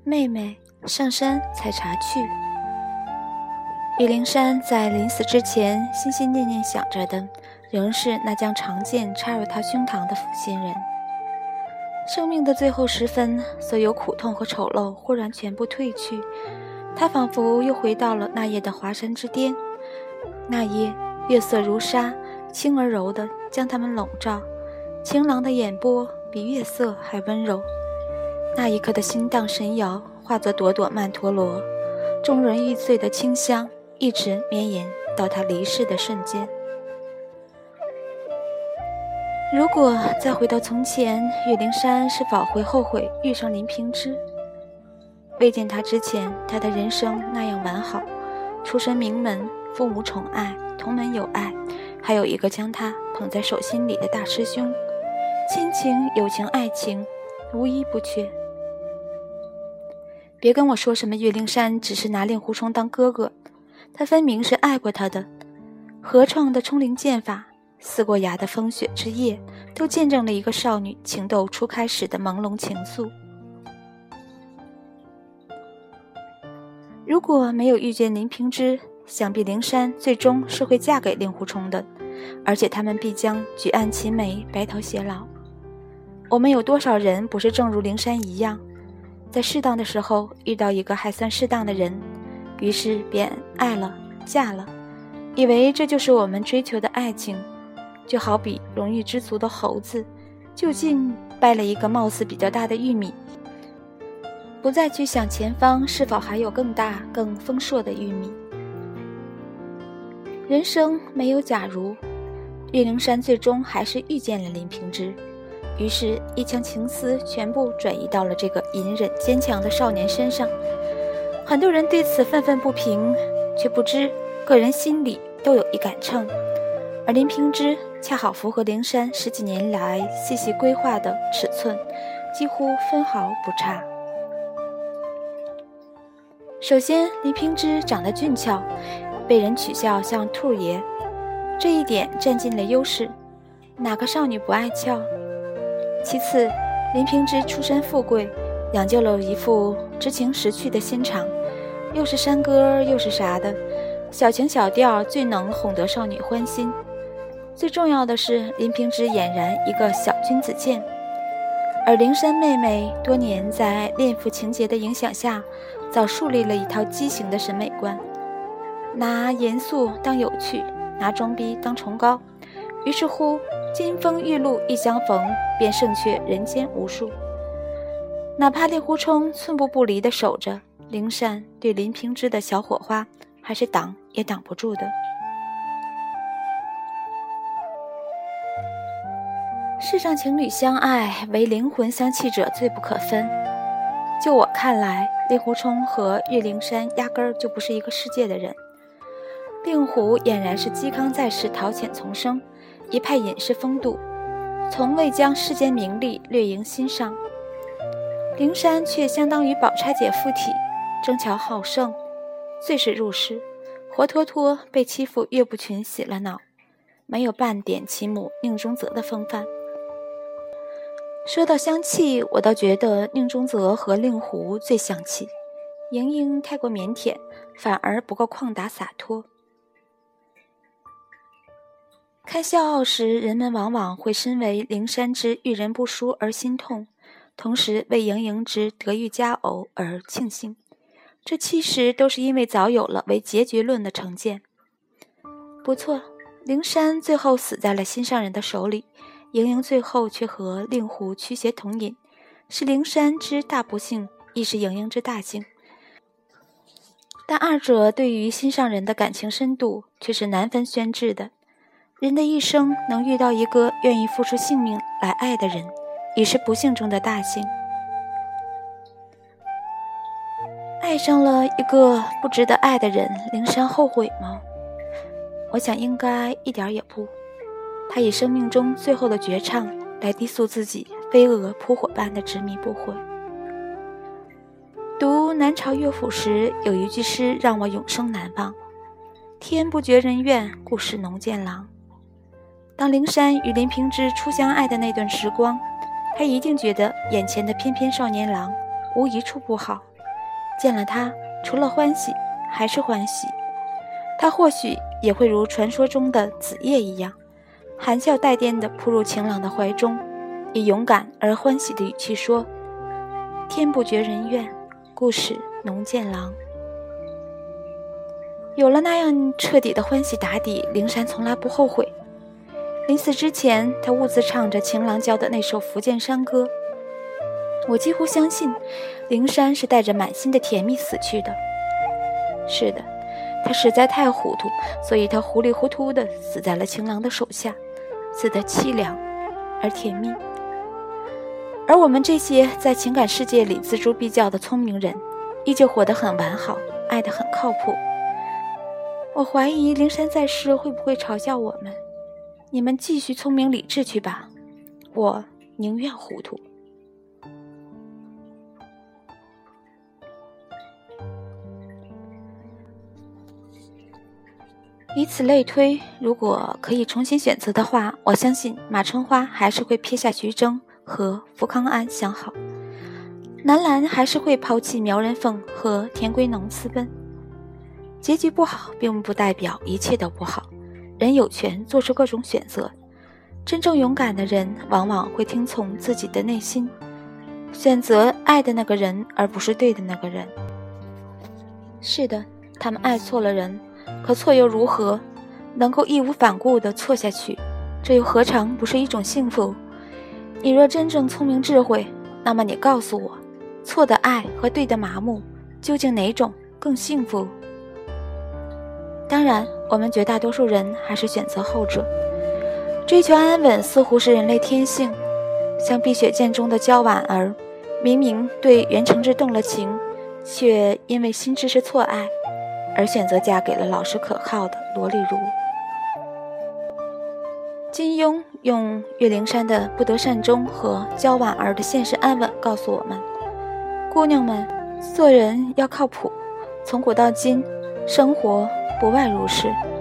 妹妹上山采茶去。玉灵山在临死之前心心念念想着的，仍是那将长剑插入他胸膛的负心人。生命的最后时分，所有苦痛和丑陋忽然全部褪去，他仿佛又回到了那夜的华山之巅。那夜月色如纱，轻而柔地将他们笼罩，情郎的眼波比月色还温柔。那一刻的心荡神摇，化作朵朵曼陀罗，众人欲醉的清香一直绵延到他离世的瞬间。如果再回到从前，岳灵珊是否会后悔遇上林平之？未见他之前，他的人生那样完好，出身名门，父母宠爱，同门友爱，还有一个将他捧在手心里的大师兄，亲情、友情、爱情无一不缺。别跟我说什么岳灵珊只是拿令狐冲当哥哥，他分明是爱过他的。合创的冲灵剑法，撕过牙的风雪之夜，都见证了一个少女情窦初开时的朦胧情愫。如果没有遇见林平之，想必灵珊最终是会嫁给令狐冲的，而且他们必将举案齐眉，白头偕老。我们有多少人不是正如灵珊一样，在适当的时候遇到一个还算适当的人，于是便爱了，嫁了，以为这就是我们追求的爱情。就好比荣誉知足的猴子，就近掰了一个貌似比较大的玉米，不再去想前方是否还有更大更丰硕的玉米。人生没有假如，岳灵珊最终还是遇见了林平之，于是一腔情思全部转移到了这个隐忍坚强的少年身上。很多人对此愤愤不平，却不知个人心里都有一杆秤，而林平之恰好符合灵珊10几年来细细规划的尺寸，几乎分毫不差。首先，林平之长得俊俏，被人取笑像兔爷，这一点占尽了优势，哪个少女不爱俏？其次，林平之出身富贵，养就了一副知情识趣的心肠，又是山歌又是啥的，小情小调最能哄得少女欢心。最重要的是，林平之俨然一个小君子剑，而灵珊妹妹多年在恋父情节的影响下，早树立了一套畸形的审美观，拿严肃当有趣，拿装逼当崇高，于是乎金风玉露一相逢，便胜却人间无数。哪怕令狐冲寸步不离地守着，灵珊对林平之的小火花还是挡也挡不住的。世上情侣相爱，唯灵魂相契者最不可分。就我看来，令狐冲和岳灵珊压根儿就不是一个世界的人。令狐俨然是嵇康在世，陶潜从生，一派隐士风度，从未将世间名利略萦心上。灵珊却相当于宝钗姐附体，争巧好胜，最是入世，活脱脱被欺负岳不群洗了脑，没有半点其母宁中则的风范。说到相契，我倒觉得宁中则和令狐最相契，盈盈太过腼腆，反而不够旷达洒脱。看笑傲时，人们往往会身为灵珊之遇人不淑而心痛，同时为盈盈之得遇佳偶而庆幸，这其实都是因为早有了为结局论的成见。不错，灵珊最后死在了心上人的手里，盈盈最后却和令狐驱邪同饮，是灵珊之大不幸，亦是盈盈之大幸。但二者对于心上人的感情深度却是难分轩轾的。人的一生能遇到一个愿意付出性命来爱的人，已是不幸中的大幸。爱上了一个不值得爱的人，灵珊后悔吗？我想应该一点也不。他以生命中最后的绝唱来低诉自己飞蛾扑火般的执迷不悔。读南朝乐府时，有一句诗让我永生难忘：天不绝人怨，故是农见郎。当灵珊与林平之初相爱的那段时光，他一定觉得眼前的翩翩少年郎无一处不好， 见了他，除了欢喜还是欢喜。他或许也会如传说中的子夜一样，含笑带癫地扑入情郎的怀中，以勇敢而欢喜的语气说：天不绝人怨，故使侬见郎。有了那样彻底的欢喜打底，灵山从来不后悔。临死之前，他兀自唱着情郎教的那首福建山歌。我几乎相信，灵山是带着满心的甜蜜死去的。是的，他实在太糊涂，所以他糊里糊涂地死在了情郎的手下，死得凄凉而甜蜜。而我们这些在情感世界里锱铢必较的聪明人，依旧活得很完好，爱得很靠谱。我怀疑灵山在世会不会嘲笑我们，你们继续聪明理智去吧，我宁愿糊涂。以此类推，如果可以重新选择的话，我相信马春花还是会撇下徐峥和福康安相好，南兰还是会抛弃苗人凤和田归农私奔。结局不好并不代表一切都不好，人有权做出各种选择，真正勇敢的人往往会听从自己的内心，选择爱的那个人而不是对的那个人。是的，他们爱错了人，可错又如何？能够义无反顾地错下去，这又何尝不是一种幸福？你若真正聪明智慧，那么你告诉我，错的爱和对的麻木，究竟哪种更幸福？当然，我们绝大多数人还是选择后者。追求安稳似乎是人类天性，像碧血剑中的焦婉儿，明明对袁承志动了情，却因为心知是错爱，而选择嫁给了老实可靠的罗丽如。金庸用岳灵珊的不得善终和焦婉儿的现实安稳告诉我们，姑娘们，做人要靠谱，从古到今，生活不外如是。